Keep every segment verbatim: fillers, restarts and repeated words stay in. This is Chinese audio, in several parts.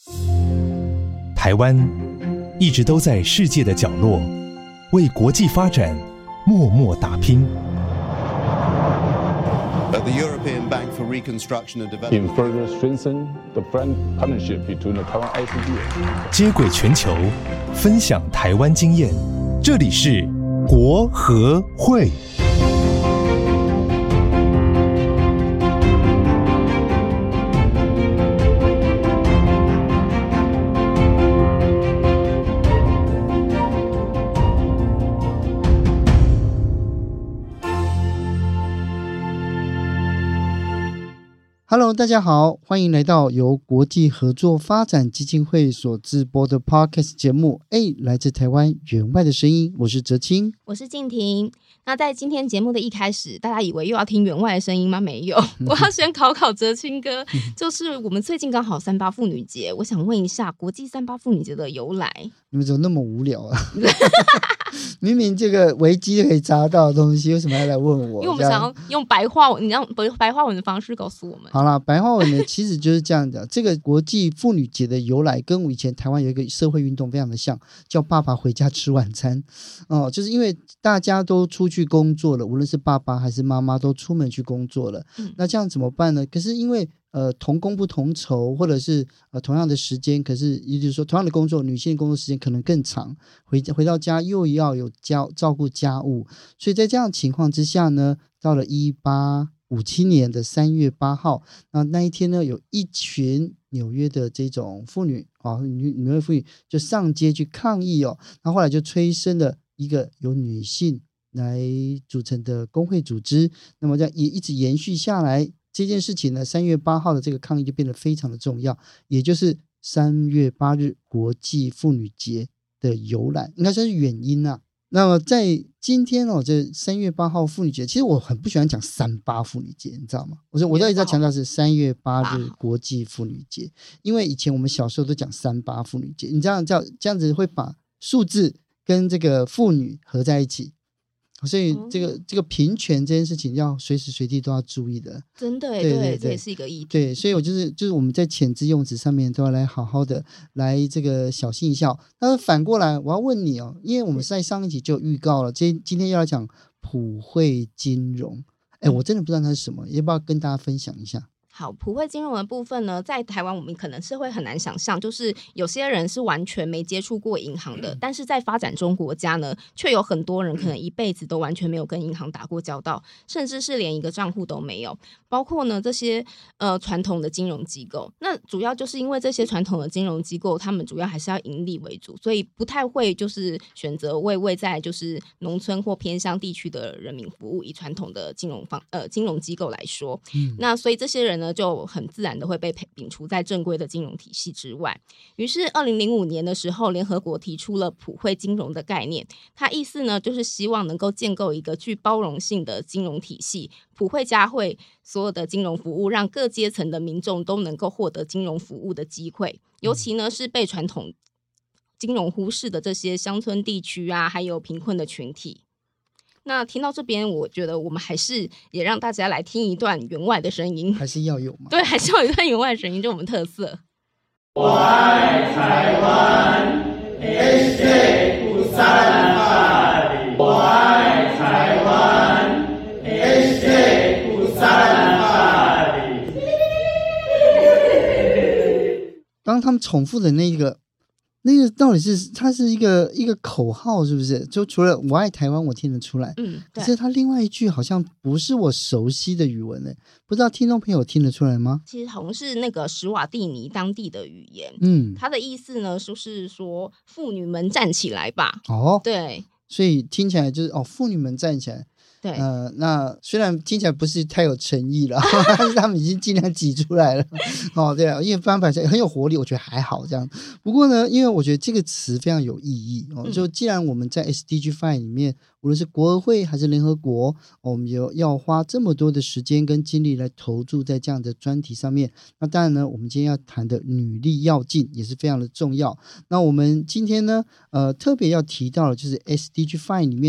台湾一直都在世界的角落，为国际发展默默打拼。 The European Bank for Reconstruction and Development in further strengthen the friend partnership between the Taiwan I C D。 接轨全球，分享台湾经验，这里是国合会。 Hello， 大家好，欢迎来到由国际合作发展基金会所制播的 Podcast 节目。哎，来自台湾援外的声音，我是哲青， 我是静婷。那在今天节目的一开始，大家以为又要听援外的声音吗？没有，我要先考考哲青哥，就是我们最近刚好三八妇女节，我想问一下国际三八妇女节的由来。 你们怎么那么无聊啊？明明这个维基就可以查到的东西，为什么要来问我？ 因为我们想要用白话文，你让白话文的方式告诉我们。 好啦，白话文呢，其实就是这样的。这个国际妇女节的由来，跟我以前台湾有一个社会运动非常的像，叫爸爸回家吃晚餐。哦，就是因为大家都出去工作了，无论是爸爸还是妈妈都出门去工作了，嗯、那这样怎么办呢？可是因为呃，同工不同酬，或者是呃同样的时间，可是也就是说，同样的工作，女性的工作时间可能更长，回回到家又要有家照顾家务，所以在这样的情况之下呢，到了一八五七年的三月八号，那那一天呢，有一群纽约的这种妇女啊，女纽约妇女就上街去抗议哦，那后来就催生了一个由女性来组成的工会组织，那么这样也一直延续下来。这件事情呢，三月八号的这个抗议就变得非常的重要，也就是三月八日国际妇女节的由来，应该说是原因啊。那么在今天哦，这三月八号妇女节，其实我很不喜欢讲三八妇女节，你知道吗？我说我一直在强调是三月八日国际妇女节，因为以前我们小时候都讲三八妇女节，你这样叫这样子会把数字跟这个妇女合在一起。所以这个、嗯、这个平权这件事情要随时随地都要注意的， 真的耶， 对, 对, 对, 对， 这也是一个议题。 对，所以我就是就是我们在遣字用词上面都要来好好的来这个小心一下。但是反过来我要问你哦，因为我们在上一集就预告了，今今天要来讲普惠金融，哎，我真的不知道它是什么，要不要跟大家分享一下？ 好，普惠金融的部分呢，在台湾我们可能是会很难想象，就是有些人是完全没接触过银行的，但是在发展中国家呢，却有很多人可能一辈子都完全没有跟银行打过交道，甚至是连一个账户都没有。包括呢这些呃传统的金融机构，那主要就是因为这些传统的金融机构，他们主要还是要盈利为主，所以不太会就是选择为位在就是农村或偏乡地区的人民服务。以传统的金融方呃金融机构来说，嗯、那所以这些人呢，就很自然的会被摒除在正规的金融体系之外。于是二零零五年的时候，联合国提出了普惠金融的概念，它意思呢就是希望能够建构一个具包容性的金融体系，普惠加惠所有的金融服务，让各阶层的民众都能够获得金融服务的机会，尤其呢是被传统金融忽视的这些乡村地区啊，还有贫困的群体。那听到这边，我觉得我们还是也让大家来听一段员外的声音， 还是要有嘛？ 对，还是要有一段员外的声音，就我们特色。 我爱台湾 ，H J 不散发力。我爱台湾 ，H J 不散发力。 刚刚他们重复的那个。那个到底是它是一个一个口号是不是？就除了我爱台湾我听得出来， 嗯， 可是它另外一句好像不是我熟悉的语文呢，不知道听众朋友听得出来吗？ 其实好像是那个史瓦蒂尼当地的语言， 嗯， 它的意思呢就是说妇女们站起来吧。 哦， 对， 所以听起来就是哦，妇女们站起来。 对， 呃，那虽然听起来不是太有诚意了，但是他们已经尽量挤出来了。哦，对啊，因为翻版很有活力，我觉得还好这样。不过呢，因为我觉得这个词非常有意义哦，就既然我们在 S D G 五 里面，无论是国合会还是联合国，我们有要花这么多的时间跟精力来投注在这样的专题上面。那当然呢，我们今天要谈的女力要进也是非常的重要。那我们今天呢，呃，特别要提到的就是 S D G 五 里面的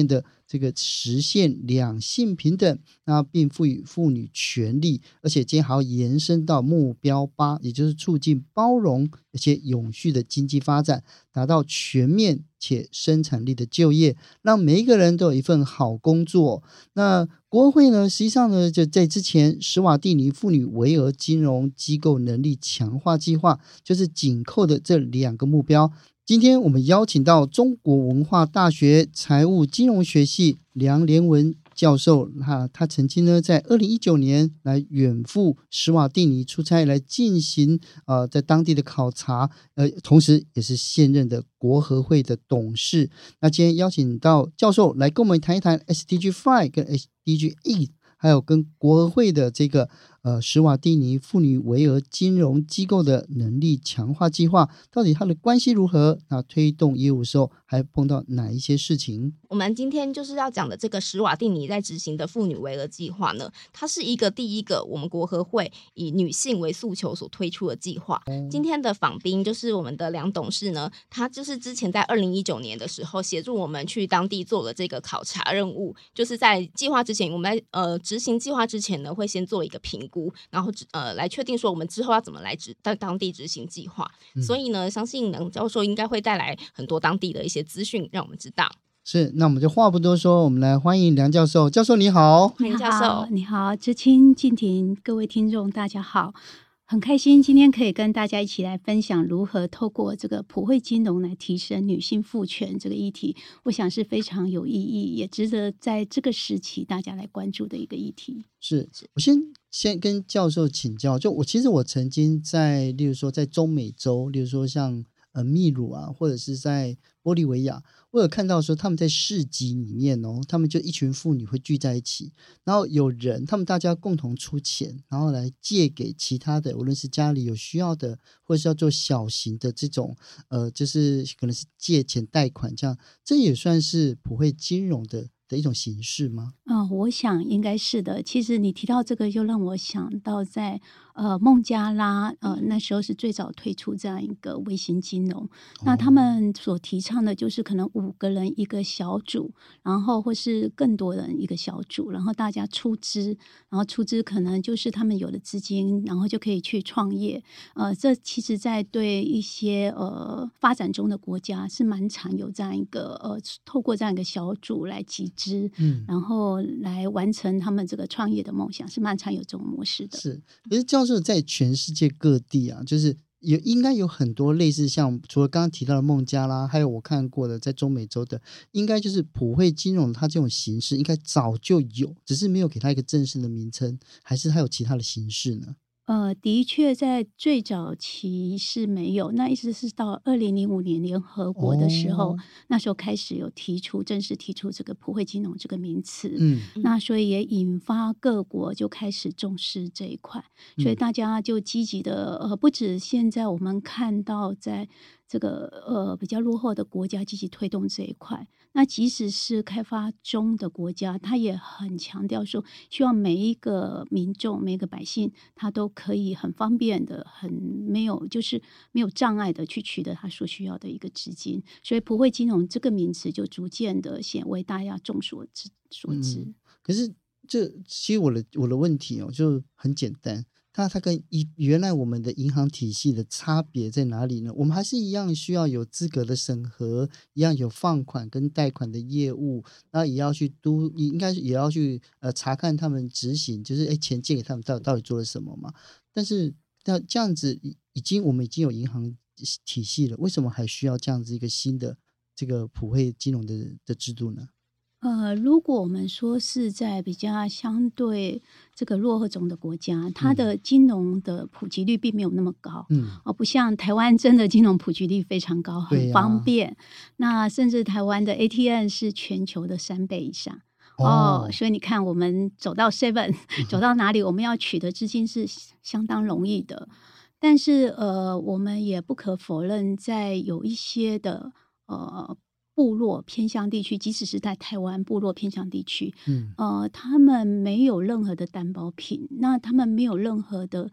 这个实现两性平等，那并赋予妇女权利，而且今天还要延伸到目标八，也就是促进包容而且永续的经济发展，达到全面且生产力的就业，让每一个人都有一份好工作。那国合会呢，实际上呢，就在之前史瓦蒂尼妇女微额金融机构能力强化计划，就是紧扣的这两个目标。今天我们邀请到中国文化大学财务金融学系梁连文教授，他他曾经呢在二零一九年来远赴史瓦蒂尼出差，来进行呃在当地的考察，呃，同时也是现任的国合会的董事。那今天邀请到教授来跟我们谈一谈 S D G 五 跟 S D G 八，还有跟国合会的这个呃史瓦蒂尼妇女微额金融机构的能力强化计划，到底它的关系如何？那推动业务的时候还碰到哪一些事情？ 我们今天就是要讲的这个史瓦蒂尼在执行的妇女微额计划呢，它是一个第一个我们国合会以女性为诉求所推出的计划。哦、今天的访宾就是我们的梁董事呢，他就是之前在二零一九年的时候协助我们去当地做了这个考察任务，就是在计划之前，我们在呃执行计划之前呢，会先做一个评估，然后呃来确定说我们之后要怎么来执在当地执行计划。嗯、所以呢，相信梁教授应该会带来很多当地的一些资讯，让我们知道。 是，那我们就话不多说，我们来欢迎梁教授。教授你好。 欢迎教授。 你好，知青、静婷，各位听众大家好，很开心今天可以跟大家一起来分享如何透过这个普惠金融来提升女性赋权这个议题，我想是非常有意义，也值得在这个时期大家来关注的一个议题。 是，我先先跟教授请教，就我其实我曾经在例如说在中美洲，例如说像呃秘鲁啊，或者是在玻利维亚，我有看到说他们在市集里面哦，他们就一群妇女会聚在一起，然后有人他们大家共同出钱，然后来借给其他的，无论是家里有需要的，或者是要做小型的这种呃，就是可能是借钱贷款这样，这也算是普惠金融的的一种形式吗？ 嗯，我想应该是的。其实你提到这个，就让我想到在呃孟加拉，呃那时候是最早推出这样一个微型金融。哦、那他们所提倡的就是可能五个人一个小组，然后或是更多人一个小组，然后大家出资，然后出资可能就是他们有的资金，然后就可以去创业。呃，这其实在对一些呃发展中的国家是蛮常有这样一个呃透过这样一个小组来集资，嗯，然后来完成他们这个创业的梦想，是蛮常有这种模式的。 是，可是教授在全世界各地啊，就是有应该有很多类似像除了刚刚提到的孟加拉，还有我看过的在中美洲的，应该就是普惠金融它这种形式应该早就有，只是没有给它一个正式的名称，还是它有其他的形式呢？ 呃，的确，在最早期是没有，那一直是到二零零五年联合国的时候，哦、那时候开始有提出正式提出这个普惠金融这个名词，嗯，那所以也引发各国就开始重视这一块，嗯、所以大家就积极的，呃，不止现在我们看到在这个呃比较落后的国家积极推动这一块。那即使是开发中的国家，他也很强调说，希望每一个民众、每一个百姓，他都可以很方便的、很没有就是没有障碍的去取得他所需要的一个资金。所以，普惠金融这个名词就逐渐的显为大家众所知所知。 嗯、可是，这其实我的我的问题哦，就很简单。它它跟原来我们的银行体系的差别在哪里呢？我们还是一样需要有资格的审核，一样有放款跟贷款的业务，然后也要去督，应该也要去呃查看他们执行，就是哎钱借给他们到底到底做了什么嘛？但是那这样子已经我们已经有银行体系了，为什么还需要这样子一个新的这个普惠金融的的制度呢？ 呃，如果我们说是在比较相对这个落后中的国家，它的金融的普及率并没有那么高，嗯，哦，不像台湾真的金融普及率非常高，很方便。啊、那甚至台湾的 A T M 是全球的三倍以上。哦, 哦，所以你看，我们走到 Seven， 走到哪里，我们要取得资金是相当容易的。但是，呃，我们也不可否认，在有一些的呃。部落偏乡地区，即使是在台湾部落偏乡地区，嗯，呃，他们没有任何的担保品，那他们没有任何的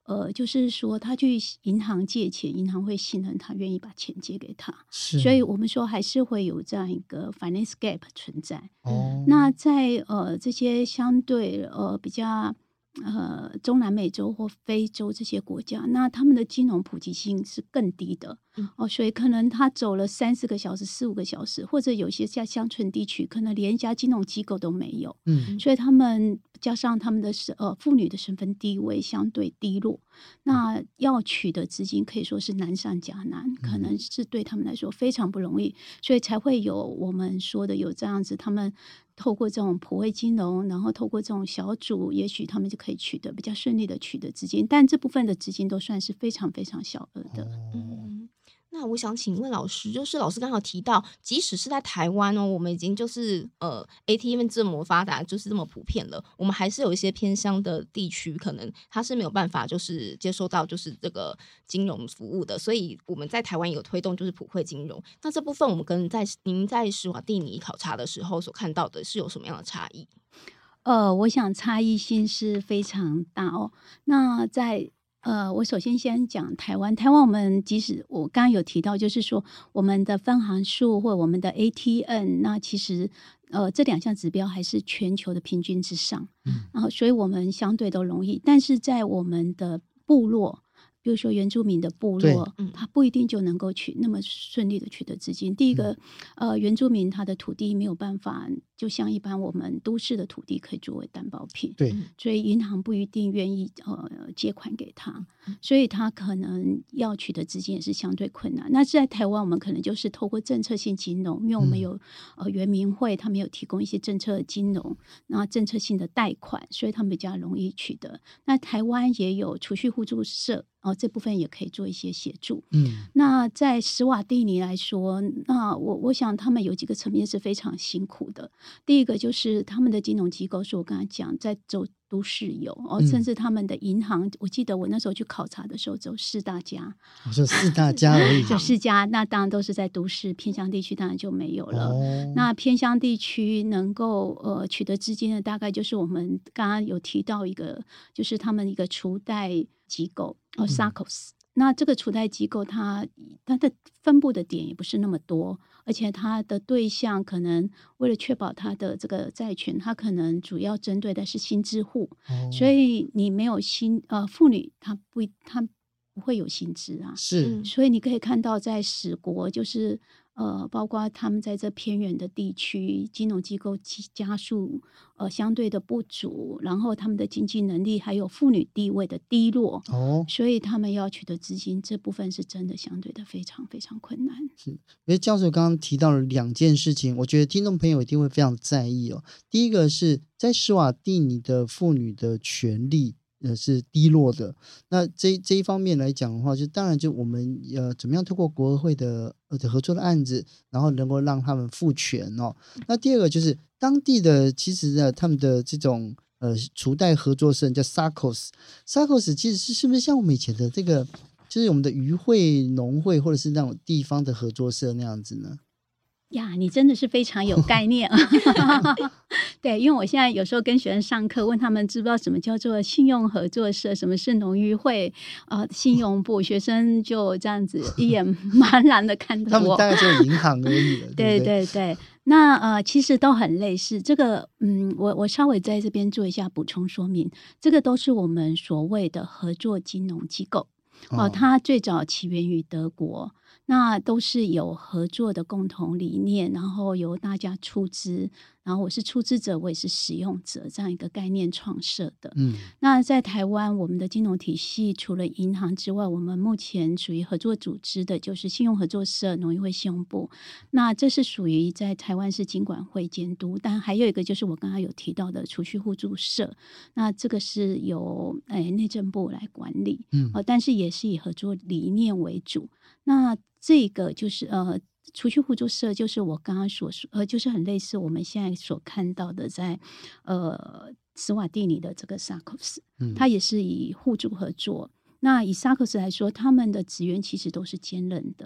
呃，就是说他去银行借钱，银行会信任他，愿意把钱借给他， 是， 所以我们说还是会有这样一个 finance gap 存在。 哦， 那在呃这些相对呃比较呃中南美洲或非洲这些国家，那他们的金融普及性是更低的、嗯、哦，所以可能他走了三四个小时、四五个小时，或者有些在乡村地区，可能连一家金融机构都没有。嗯，所以他们加上他们的呃妇女的身份地位相对低落，那要取得资金可以说是难上加难，可能是对他们来说非常不容易，所以才会有我们说的有这样子，他们透过这种普惠金融，然后透过这种小组，也许他们就可以取得比较顺利的取得资金，但这部分的资金都算是非常非常小额的。 嗯，那我想请问老师，就是老师刚好提到，即使是在台湾哦，我们已经就是呃 A T M 这么发达，就是这么普遍了，我们还是有一些偏乡的地区，可能它是没有办法就是接收到就是这个金融服务的，所以我们在台湾有推动就是普惠金融。那这部分我们跟在您在史瓦蒂尼考察的时候所看到的是有什么样的差异？ 呃，我想差异性是非常大哦。那在呃，我首先先讲台湾。台湾我们即使我刚刚有提到，就是说我们的分行数或我们的 A T M， 那其实呃这两项指标还是全球的平均之上。嗯，然后所以我们相对都容易，但是在我们的部落，比如说原住民的部落，他不一定就能够取那么顺利的取得资金。第一个，嗯、呃，原住民他的土地没有办法，就像一般我们都市的土地可以作为担保品， 对， 所以银行不一定愿意呃借款给他，所以他可能要取得资金也是相对困难。那在台湾，我们可能就是透过政策性金融，因为我们有、嗯、呃原民会，他们有提供一些政策金融，然后政策性的贷款，所以他们比较容易取得。那台湾也有储蓄互助社。哦，这部分也可以做一些协助。嗯，那在史瓦蒂尼来说，那我我想他们有几个层面是非常辛苦的。第一个就是他们的金融机构，是我刚才讲在走都市有哦，甚至他们的银行，嗯、我记得我那时候去考察的时候，只有四大家， 就四大家而已， 就四家，那当然都是在都市，偏乡地区当然就没有了。哦、那偏乡地区能够呃取得资金的，大概就是我们刚刚有提到一个，就是他们一个储贷机构哦 ，S A C O S、嗯。那这个储贷机构它，它的分布的点也不是那么多，而且它的对象可能为了确保它的这个债权，它可能主要针对的是新制户，哦、所以你没有新呃妇女，她不她不会有薪资啊， 是， 所以你可以看到在史国就是呃，包括他们在这偏远的地区，金融机构加速呃相对的不足，然后他们的经济能力还有妇女地位的低落，哦，所以他们要取得资金这部分是真的相对的非常非常困难。 是，因为教授刚刚提到了两件事情，我觉得听众朋友一定会非常在意哦。第一个是在史瓦蒂尼的妇女的权利。呃，是低落的。那这这一方面来讲的话，就当然就我们呃怎么样透过国合会的呃合作的案子，然后能够让他们赋权哦。那第二个就是当地的其实呢，他们的这种呃储贷合作社叫 S A C O S，S A C O S 其实是是不是像我们以前的这个，就是我们的渔会、农会或者是那种地方的合作社那样子呢？ 呀，你真的是非常有概念。对，因为我现在有时候跟学生上课，问他们知不知道什么叫做信用合作社，什么是农渔会，呃，信用部，学生就这样子一眼茫然的看着我。 他们大概只有银行而已了。 对对 对, 对，那呃，其实都很类似。这个，嗯，我我稍微在这边做一下补充说明，这个都是我们所谓的合作金融机构。哦，它最早起源于德国，那都是有合作的共同理念，然后由大家出资，然后我是出资者，我也是使用者，这样一个概念创设的。嗯，那在台湾，我们的金融体系除了银行之外，我们目前属于合作组织的就是信用合作社、农渔会信用部，那这是属于在台湾是金管会监督，但还有一个就是我刚刚有提到的储蓄互助社，那这个是由诶内政部来管理，嗯，呃，但是也是以合作理念为主。那这个就是呃，储蓄互助社就是我刚刚所说，呃，就是很类似我们现在所看到的在呃史瓦蒂尼的这个 S A C O S，嗯，它也是以互助合作。那以 S A C O S 来说，他们的职员其实都是兼任的。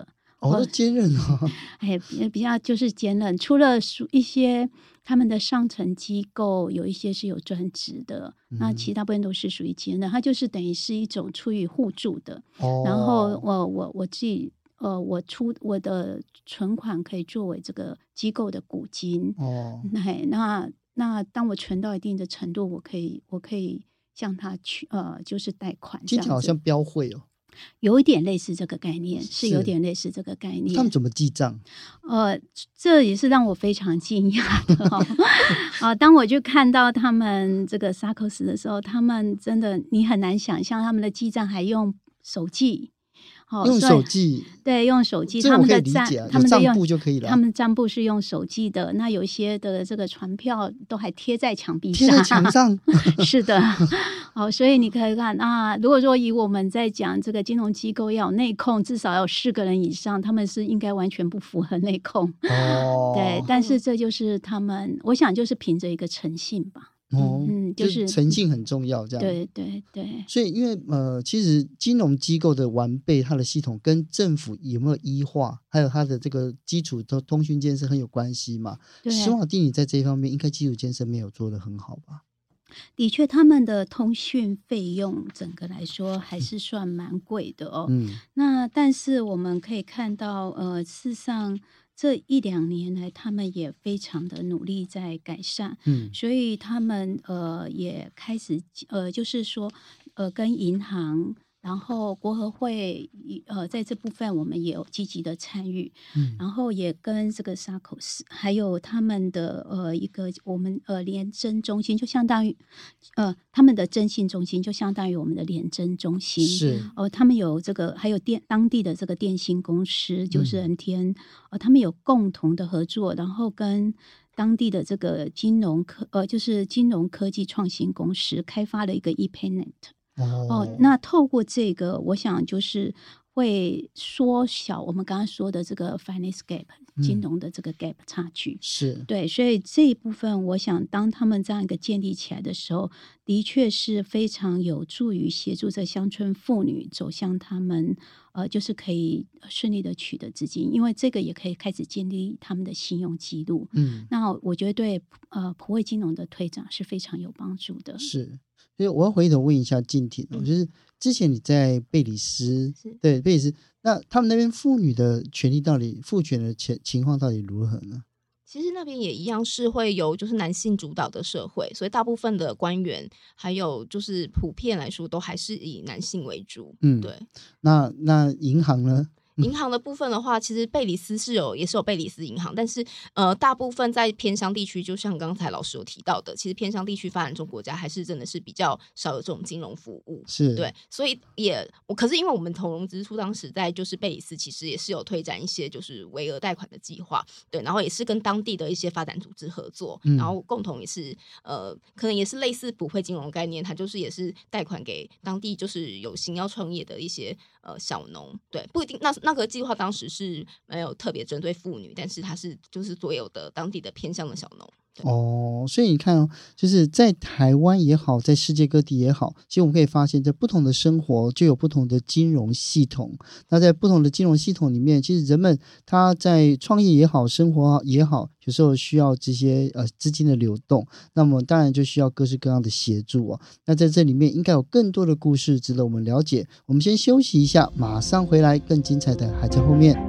哦，都坚韧哦。 哎，比较就是坚韧。除了一些他们的上层机构有一些是有专职的，嗯、那其他部分都是属于坚韧。它就是等于是一种出于互助的。哦、然后我我我自己呃，我出我的存款可以作为这个机构的股金。哦，那那那当我存到一定的程度，我可以我可以向他去呃，就是贷款。 听起来好像标会哦。 有一点类似这个概念，是有点类似这个概念。 他们怎么记账？ 呃，这也是让我非常惊讶的哦。啊，当我去看到他们这个萨克斯的时候，他们真的你很难想象他们的记账还用手记。 哦、用手记， 对，用手记，他们的账， 啊、 他们的账簿就可以了。 他们账簿是用手记的，那有一些的这个传票都还贴在墙壁上，贴在墙上。 是的，好，所以你可以看啊，如果说以我们在讲这个金融机构要有内控，至少要有四个人以上，他们是应该完全不符合内控。哦，对，但是这就是他们，我想就是凭着一个诚信吧。 哦，嗯，就是诚信很重要，这样。 对对对。 所以，因为呃，其实金融机构的完备，它的系统跟政府有没有医化，还有它的这个基础的通讯建设很有关系嘛。施瓦蒂尼在这一方面，应该基础建设没有做得很好吧？ 的确，他们的通讯费用整个来说还是算蛮贵的哦。嗯。那但是我们可以看到，呃，事实上。这一两年来，他们也非常的努力在改善，嗯，所以他们呃也开始呃，就是说呃跟银行，然后国合会呃在这部分我们也有积极的参与，嗯，然后也跟这个萨口斯还有他们的呃一个我们呃联征中心，就相当于呃他们的征信中心就相当于我们的联征中心， 是哦、呃，他们有这个还有电当地的这个电信公司就是 N T N，、嗯呃、他们有共同的合作，然后跟当地的这个金融科呃就是金融科技创新公司开发了一个 ePaynet。哦, 哦，那透过这个，我想就是会缩小我们刚刚说的这个 finance gap、嗯、金融的这个 gap 差距， 是对，所以这一部分，我想当他们这样一个建立起来的时候，的确是非常有助于协助这乡村妇女走向他们呃，就是可以顺利的取得资金，因为这个也可以开始建立他们的信用记录。嗯，那我觉得对呃普惠金融的推展是非常有帮助的。 是。所以我要回头问一下静婷、哦嗯、就是之前你在贝里斯，对贝里斯，那他们那边妇女的权利到底妇权的情况到底如何呢？ 其实那边也一样是会由就是男性主导的社会，所以大部分的官员还有就是普遍来说都还是以男性为主。嗯，对。 那那银行呢？ 银行的部分的话，其实贝里斯是有也是有贝里斯银行，但是呃，大部分在偏乡地区，就像刚才老师有提到的，其实偏乡地区发展中国家还是真的是比较少有这种金融服务， 是对，所以也我可是因为我们投融资处当时在就是贝里斯其实也是有推展一些就是微额贷款的计划，对，然后也是跟当地的一些发展组织合作，嗯、然后共同也是呃，可能也是类似普惠金融概念，它就是也是贷款给当地就是有心要创业的一些呃小农，对，不一定那那个计划当时是没有特别针对妇女，但是它是就是所有的当地的偏向的小农。 哦，所以你看哦，就是在台湾也好，在世界各地也好，其实我们可以发现在不同的生活就有不同的金融系统。那在不同的金融系统里面，其实人们他在创业也好，生活也好，有时候需要这些呃资金的流动，那么当然就需要各式各样的协助哦。那在这里面应该有更多的故事值得我们了解。我们先休息一下，马上回来，更精彩的还在后面。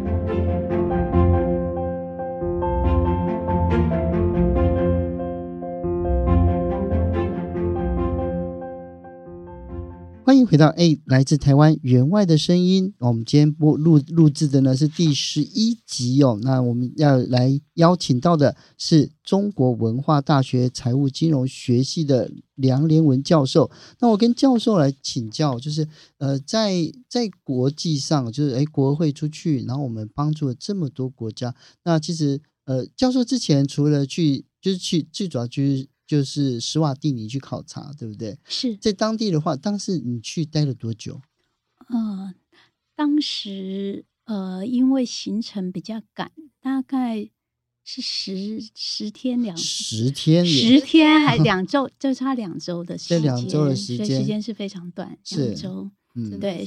欢迎回到 A 来自台湾援外的声音。我们今天播录录制的呢是第十一集哦。那我们要来邀请到的是中国文化大学财务金融学系的梁连文教授。那我跟教授来请教，就是呃，在在国际上，就是哎，国合会出去，然后我们帮助了这么多国家。那其实呃，教授之前除了去，就是去最主要就是。就是史瓦蒂尼去考察，对不对？ 是在当地的话，当时你去待了多久？ 呃，当时呃，因为行程比较赶，大概是十十天两十天十天还两周，就差两周的时间， 这两周的时间， 所以时间是非常短，两周。 嗯，对。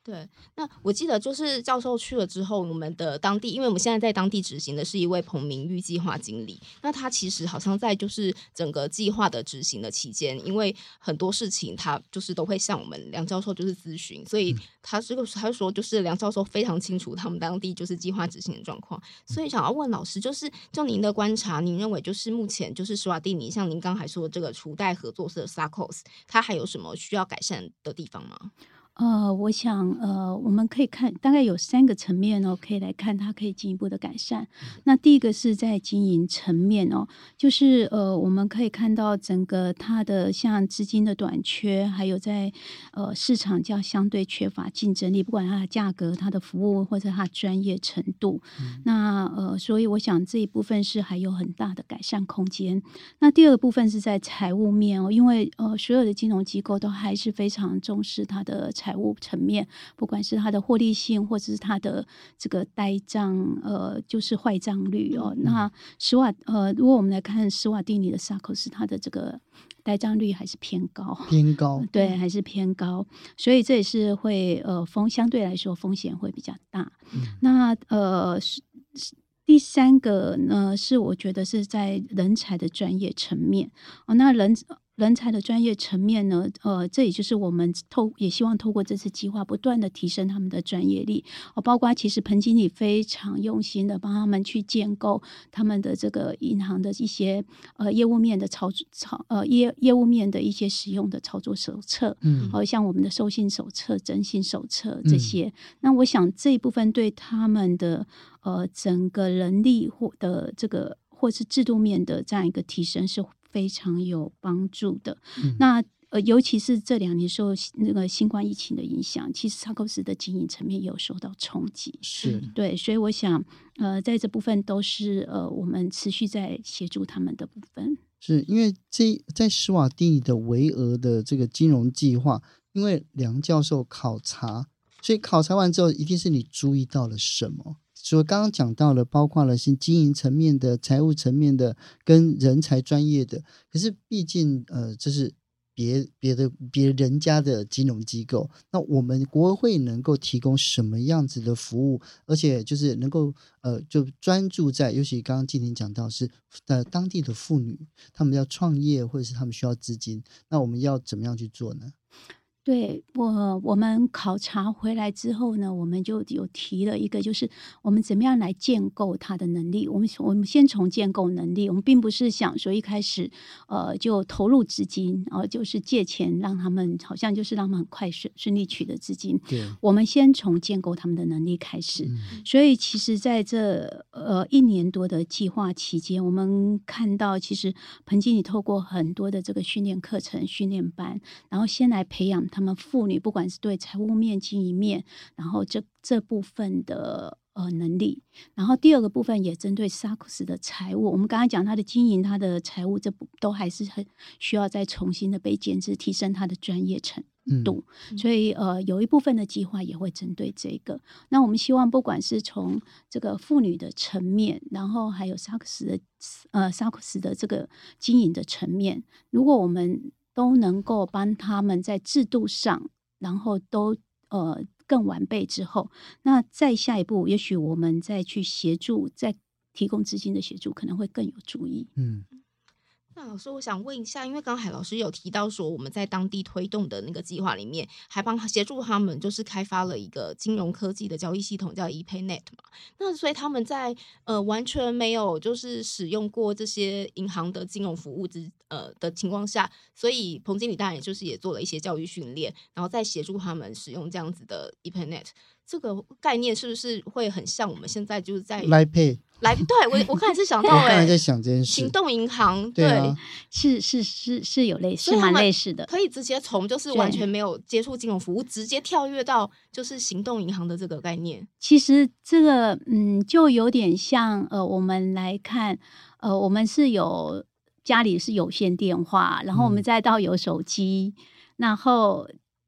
对，那我记得就是教授去了之后，我们的当地，因为我们现在在当地执行的是一位彭明玉计划经理，那他其实好像在就是整个计划的执行的期间，因为很多事情他就是都会向我们梁教授就是咨询，所以他这个他说就是梁教授非常清楚他们当地就是计划执行的状况，所以想要问老师，就是就您的观察，您认为就是目前就是史瓦蒂尼，像您刚才说的这个除贷合作社 S A C O S， 它还有什么需要改善的地方吗？ 呃，我想，呃，我们可以看大概有三个层面哦，可以来看它可以进一步的改善。那第一个是在经营层面哦，就是呃，我们可以看到整个它的像资金的短缺，还有在呃市场较相对缺乏竞争力，不管它的价格、它的服务或者它的专业程度。嗯、那呃，所以我想这一部分是还有很大的改善空间。那第二个部分是在财务面哦，因为呃所有的金融机构都还是非常重视它的财务层面，不管是它的获利性，或者是它的这个呆账，呃，就是坏账率哦。嗯、那史瓦呃，如果我们来看史瓦蒂尼的 S A C O S， 它的这个呆账率还是偏高， 偏高， 对，还是偏高，所以这也是会呃风相对来说风险会比较大。嗯、那呃。第三个呢，是我觉得是在人才的专业层面哦。那人人才的专业层面呢，呃，这也就是我们透也希望透过这次计划，不断的提升他们的专业力哦。包括其实彭经理非常用心的帮他们去建构他们的这个银行的一些呃业务面的操操呃业业务面的一些使用的操作手册，嗯，好、呃、像我们的授信手册、征信手册这些。嗯、那我想这一部分对他们的呃整个人力或的这个或是制度面的这样一个提升是非常有帮助的。嗯、那呃，尤其是这两年受那个新冠疫情的影响，其实 S A C O S 的经营层面也有受到冲击。 是对，所以我想，呃，在这部分都是呃我们持续在协助他们的部分。 是因为这在史瓦蒂尼的微额的这个金融计划，因为梁教授考察，所以考察完之后，一定是你注意到了什么？所以刚刚讲到了，包括了经营层面的、财务层面的，跟人才专业的。可是毕竟，呃，这是别别的别人家的金融机构，那我们国会能够提供什么样子的服务？而且就是能够呃，就专注在，尤其刚刚静婷讲到是呃当地的妇女，他们要创业或者是他们需要资金，那我们要怎么样去做呢？ 对，我我们考察回来之后呢，我们就有提了一个，就是我们怎么样来建构他的能力。我们我们先从建构能力，我们并不是想说一开始呃就投入资金，呃就是借钱让他们好像就是让他们很快顺顺利取得资金。 对， 我们先从建构他们的能力开始。嗯、所以其实在这呃一年多的计划期间，我们看到其实彭经理透过很多的这个训练课程、训练班，然后先来培养他们妇女，不管是对财务面、经营面，然后这这部分的呃能力，然后第二个部分也针对 S A C O S 的财务，我们刚才讲他的经营、他的财务，这都还是很需要再重新的被检视，提升他的专业程度。嗯、所以呃，有一部分的计划也会针对这个。那我们希望不管是从这个妇女的层面，然后还有 S A C O S 的呃 S A C O S 的这个经营的层面，如果我们都能够帮他们在制度上，然后都呃更完备之后，那再下一步，也许我们再去协助，再提供资金的协助，可能会更有助益。 嗯。 那老师，我想问一下，因为刚才老师有提到说，我们在当地推动的那个计划里面，还帮协助他们，就是开发了一个金融科技的交易系统，叫 ePayNet 嘛。那所以他们在呃完全没有就是使用过这些银行的金融服务之呃的情况下，所以彭经理当然也就是也做了一些教育训练，然后再协助他们使用这样子的 ePayNet。这个概念是不是会很像我们现在就是在来配来？对，我我刚才是想到、欸， 我刚才在想这件事， 行动银行， 对， 对啊、 是是是是有类似，是蛮类似的， 可以直接从就是完全没有接触金融服务，直接跳跃到就是行动银行的这个概念。 其实这个嗯，就有点像呃，我们来看呃，我们是有家里是有线电话，然后我们再到有手机，嗯、然后。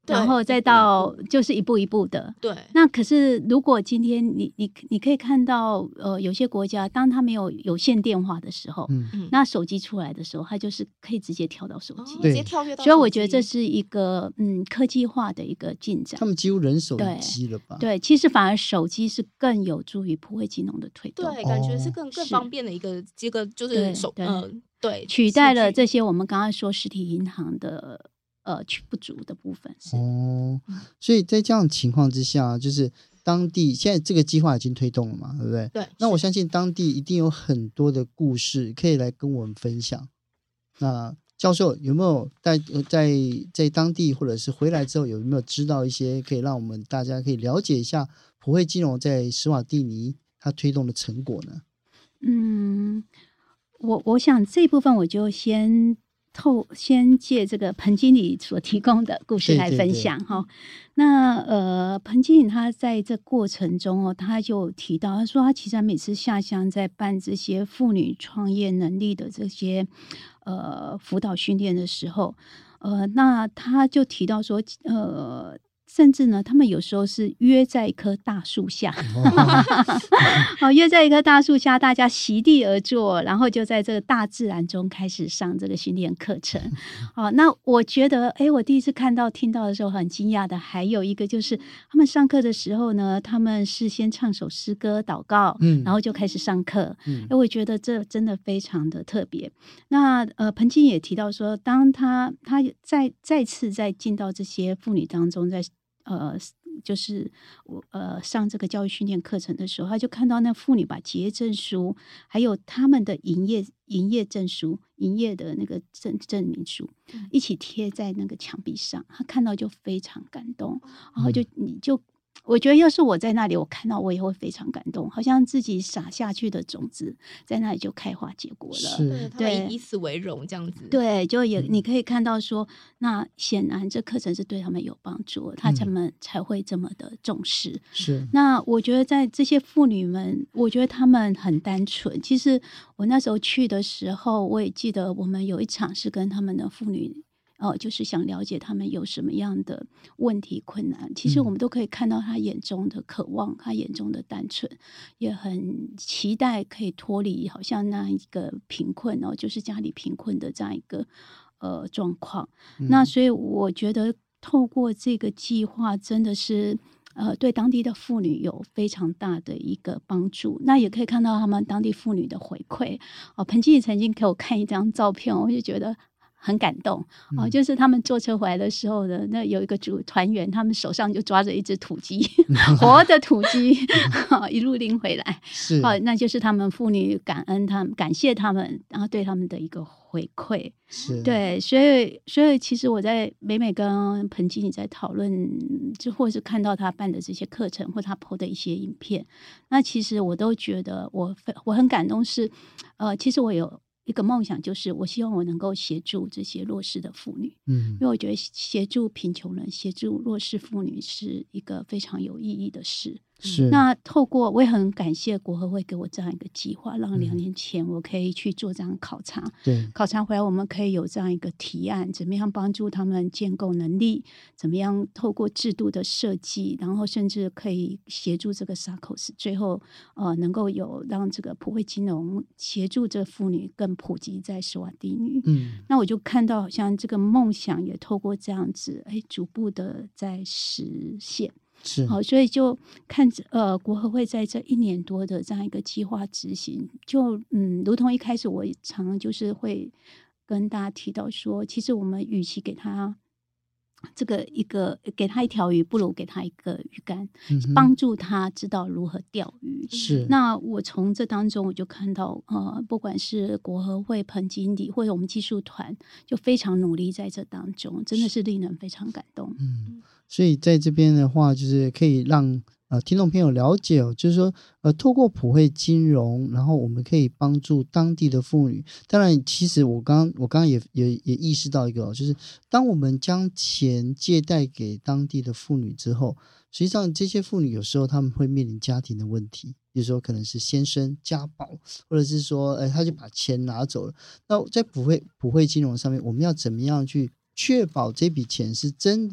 然后再到就是一步一步的。 对。 那可是如果今天你你你可以看到，呃，有些国家当他没有有线电话的时候，嗯，那手机出来的时候，它就是可以直接跳到手机， 哦、直接跳跃到手机。 所以我觉得这是一个嗯科技化的一个进展。 他们几乎人手一机了吧？ 对，其实反而手机是更有助于普惠金融的推动。 对，感觉是更、哦、更方便的一个这个就是手呃对取代了这些我们刚刚说实体银行的呃不足的部分。是哦，所以在这样的情况之下，就是当地现在这个计划已经推动了嘛，对不对？ 对。 那我相信当地一定有很多的故事可以来跟我们分享。那教授有没有在在在当地或者是回来之后，有没有知道一些可以让我们大家可以了解一下普惠金融在史瓦蒂尼它推动的成果呢？ 嗯，我我想这部分我就先透先借这个彭经理所提供的故事来分享哈。那呃，彭经理他在这过程中哦，他就提到，他说他其实每次下乡在办这些妇女创业能力的这些呃辅导训练的时候，呃，那他就提到说，呃。甚至呢，他们有时候是约在一棵大树下，哦，约在一棵大树下，大家席地而坐，然后就在这个大自然中开始上这个训练课程。哦，那我觉得，哎，我第一次看到、听到的时候很惊讶的，还有一个就是他们上课的时候呢，他们是先唱首诗歌、祷告，嗯，然后就开始上课。嗯，我觉得这真的非常的特别。那呃，彭经也提到说，当他他再再次再进到这些妇女当中，在呃，就是呃上这个教育训练课程的时候，他就看到那妇女把结业证书，还有他们的营业营业证书、营业的那个证证明书，一起贴在那个墙壁上，他看到就非常感动，然后就你就。我觉得要是我在那里，我看到我也会非常感动，好像自己撒下去的种子在那里就开花结果了。 对，他们以此为荣，这样子。 对，就也你可以看到说，那显然这课程是对他们有帮助，他们才会这么的重视。 是。 那我觉得在这些妇女们，我觉得她们很单纯。其实我那时候去的时候，我也记得我们有一场是跟他们的妇女。哦，就是想了解他们有什么样的问题困难，其实我们都可以看到他眼中的渴望，他眼中的单纯，也很期待可以脱离好像那一个贫困哦，就是家里贫困的这样一个呃状况。嗯、那所以我觉得透过这个计划，真的是呃对当地的妇女有非常大的一个帮助。那也可以看到他们当地妇女的回馈。哦，彭经理曾经给我看一张照片，我就觉得。很感动哦，就是他们坐车回来的时候呢，那有一个组团员，他们手上就抓着一只土鸡，活的土鸡，一路拎回来， 是哦，那就是他们妇女感恩他们，感谢他们，然后对他们的一个回馈。 是对，所以所以其实我在每每跟彭经理在讨论，就或是看到他办的这些课程，或他 po 的一些影片，那其实我都觉得我我很感动是，呃，其实我有。一个梦想就是我希望我能够协助这些弱势的妇女，嗯，因为我觉得协助贫穷人、协助弱势妇女是一个非常有意义的事。 是， 那透过我也很感谢国合会给我这样一个计划，让两年前我可以去做这样考察。 对， 考察回来我们可以有这样一个提案，怎么样帮助他们建构能力，怎么样透过制度的设计，然后甚至可以协助这个 S A C O S 最后呃能够有让这个普惠金融协助这妇女更普及在史瓦蒂尼。嗯，那我就看到好像这个梦想也透过这样子，哎，逐步的在实现。 是好，所以就看呃，国合会在这一年多的这样一个计划执行，就嗯，如同一开始我常常就是会跟大家提到说，其实我们与其给他这个一个给他一条鱼，不如给他一个鱼竿，嗯、帮助他知道如何钓鱼。 是， 那我从这当中我就看到，呃，不管是国合会彭经理或者我们技术团，就非常努力在这当中，真的是令人非常感动。 嗯。所以在这边的话，就是可以让呃听众朋友了解哦，就是说呃透过普惠金融，然后我们可以帮助当地的妇女。当然，其实我刚我刚刚也也也意识到一个哦，就是当我们将钱借贷给当地的妇女之后，实际上这些妇女有时候他们会面临家庭的问题，比如说可能是先生家暴，或者是说呃他就把钱拿走了。那在普惠普惠金融上面，我们要怎么样去确保这笔钱是真的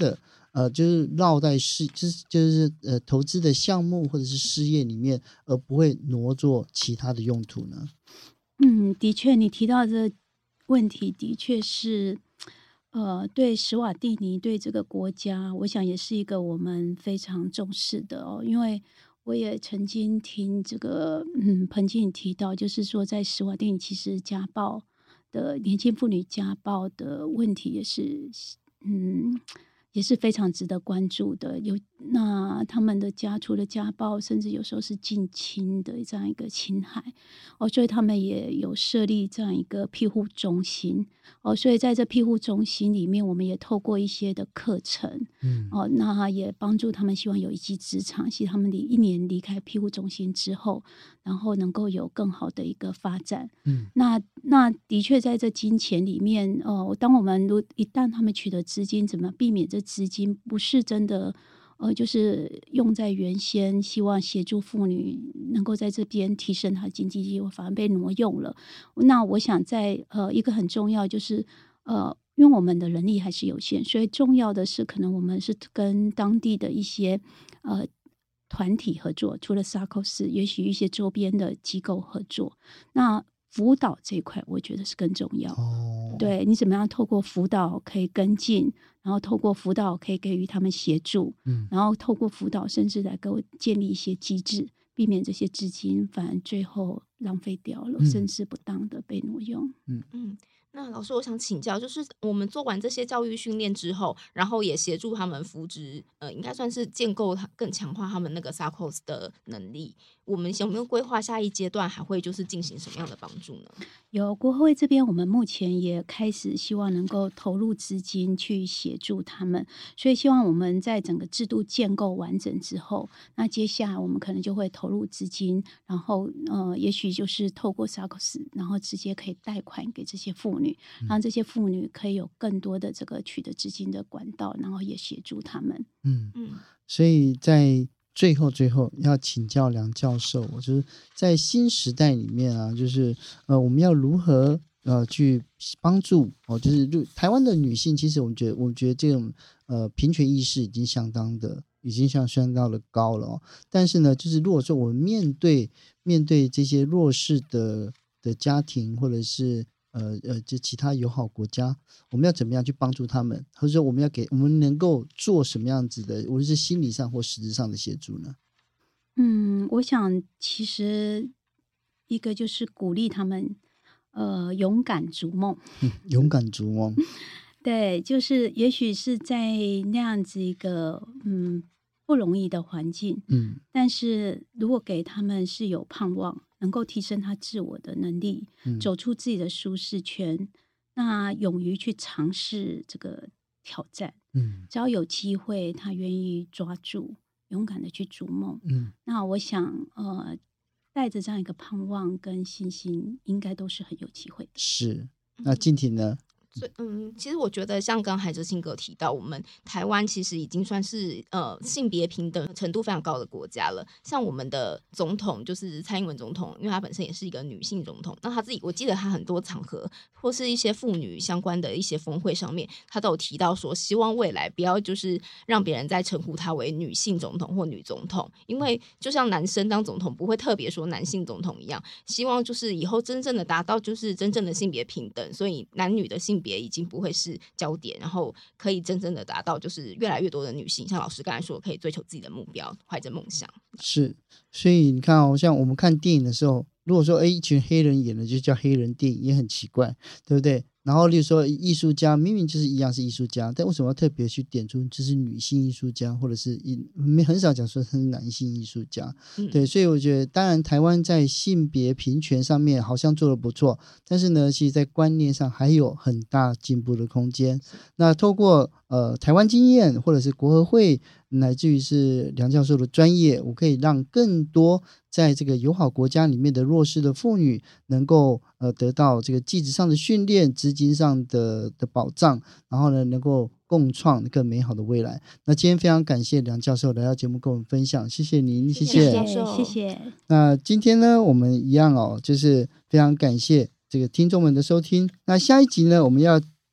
呃，就是绕在事，就是就是呃投资的项目或者是事业里面，而不会挪作其他的用途呢？ 嗯，的确，你提到的问题的确是，呃，对史瓦蒂尼对这个国家，我想也是一个我们非常重视的哦，因为我也曾经听这个嗯彭经理提到，就是说在史瓦蒂尼其实家暴的年轻妇女家暴的问题也是嗯也是非常值得关注的。有那他们的家除了家暴，甚至有时候是近亲的这样一个侵害哦，所以他们也有设立这样一个庇护中心哦，所以在这庇护中心里面，我们也透过一些的课程，嗯哦，那也帮助他们，希望有一技之长，希望他们离一年离开庇护中心之后，然后能够有更好的一个发展。嗯，那那的确在这金钱里面哦，当我们如一旦他们取得资金，怎么避免这资金不是真的呃，就是用在原先希望协助妇女能够在这边提升她的经济机会，反而被挪用了。那我想在呃一个很重要就是呃，因为我们的人力还是有限，所以重要的是可能我们是跟当地的一些呃团体合作，除了萨科斯，也许一些周边的机构合作。那辅导这一块，我觉得是更重要。哦，对，你怎么样透过辅导可以跟进，然后透过辅导可以给予他们协助，嗯，然后透过辅导甚至来给我建立一些机制，避免这些资金反而最后浪费掉了，嗯，甚至不当的被挪用。嗯嗯。那老师，我想请教，就是我们做完这些教育训练之后，然后也协助他们扶植，呃，应该算是建构更强化他们那个 S A C O S 的能力。我们有没有规划下一阶段还会就是进行什么样的帮助呢？ 有，国合会这边我们目前也开始希望能够投入资金去协助他们，所以希望我们在整个制度建构完整之后，那接下来我们可能就会投入资金，然后呃，也许就是透过 S A C O S， 然后直接可以贷款给这些妇女，让这些妇女可以有更多的这个取得资金的管道，然后也协助他们。嗯嗯，所以在最后最后要请教梁教授，就是在新时代里面啊，就是呃我们要如何呃去帮助哦，就是台湾的女性，其实我们觉得我们觉得这种呃平权意识已经相当的已经相相当的高了哦，但是呢，就是如果说我们面对面对这些弱势的的家庭或者是呃呃，就其他友好国家，我们要怎么样去帮助他们，或者说我们要给我们能够做什么样子的，无论是心理上或实质上的协助呢？ 嗯，我想其实一个就是鼓励他们，呃，勇敢逐梦， 嗯、勇敢逐梦， 对，就是也许是在那样子一个嗯不容易的环境，嗯，但是如果给他们是有盼望，能够提升他自我的能力，嗯，走出自己的舒适圈，那勇于去尝试这个挑战，嗯，只要有机会，他愿意抓住，勇敢的去逐梦，嗯，那我想，呃，带着这样一个盼望跟信心，应该都是很有机会的。 是，那靖婷呢？ 所以，嗯，其实我觉得像刚才哲信哥提到，我们台湾其实已经算是呃性别平等程度非常高的国家了。像我们的总统就是蔡英文总统，因为她本身也是一个女性总统，那她自己我记得她很多场合或是一些妇女相关的一些峰会上面，她都有提到说，希望未来不要就是让别人再称呼她为女性总统或女总统，因为就像男生当总统不会特别说男性总统一样，希望就是以后真正的达到就是真正的性别平等，所以男女的性别也已经不会是焦点，然后可以真正的达到就是越来越多的女性，像老师刚才说，可以追求自己的目标，怀着梦想。 是，所以你看哦，像我们看电影的时候，如果说哎一群黑人演的就叫黑人电影，也很奇怪，对不对？然后例如说艺术家明明就是一样是艺术家，但为什么要特别去点出这是女性艺术家，或者是很少讲说是男性艺术家、嗯、对，所以我觉得当然台湾在性别平权上面好像做得不错，但是呢其实在观念上还有很大进步的空间。那透过呃台湾经验或者是国合会乃至于是梁教授的专业，我可以让更多在这个友好国家里面的弱势的妇女能够呃得到这个技职上的训练，资金上的的保障，然后呢能够共创更美好的未来。那今天非常感谢梁教授来到节目跟我们分享，谢谢您，谢谢谢谢谢谢。 那今天呢我们一样哦，就是非常感谢这个听众们的收听。那下一集呢我们要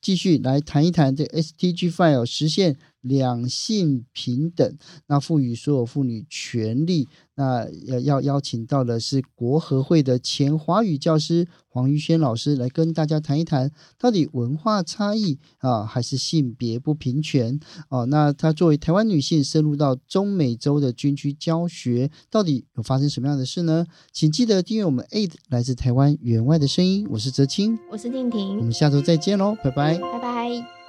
继续来谈一谈这 S D G 五 实现两性平等，那赋予所有妇女权利。那要邀请到的是国合会的前华语教师黄于萱老师来跟大家谈一谈，到底文化差异啊，还是性别不平权哦？那她作为台湾女性深入到中美洲的军区教学，到底有发生什么样的事呢？请记得订阅我们 A I D 来自台湾援外的声音，我是哲青， 我是婷婷， 我们下周再见喽，拜拜， 拜拜。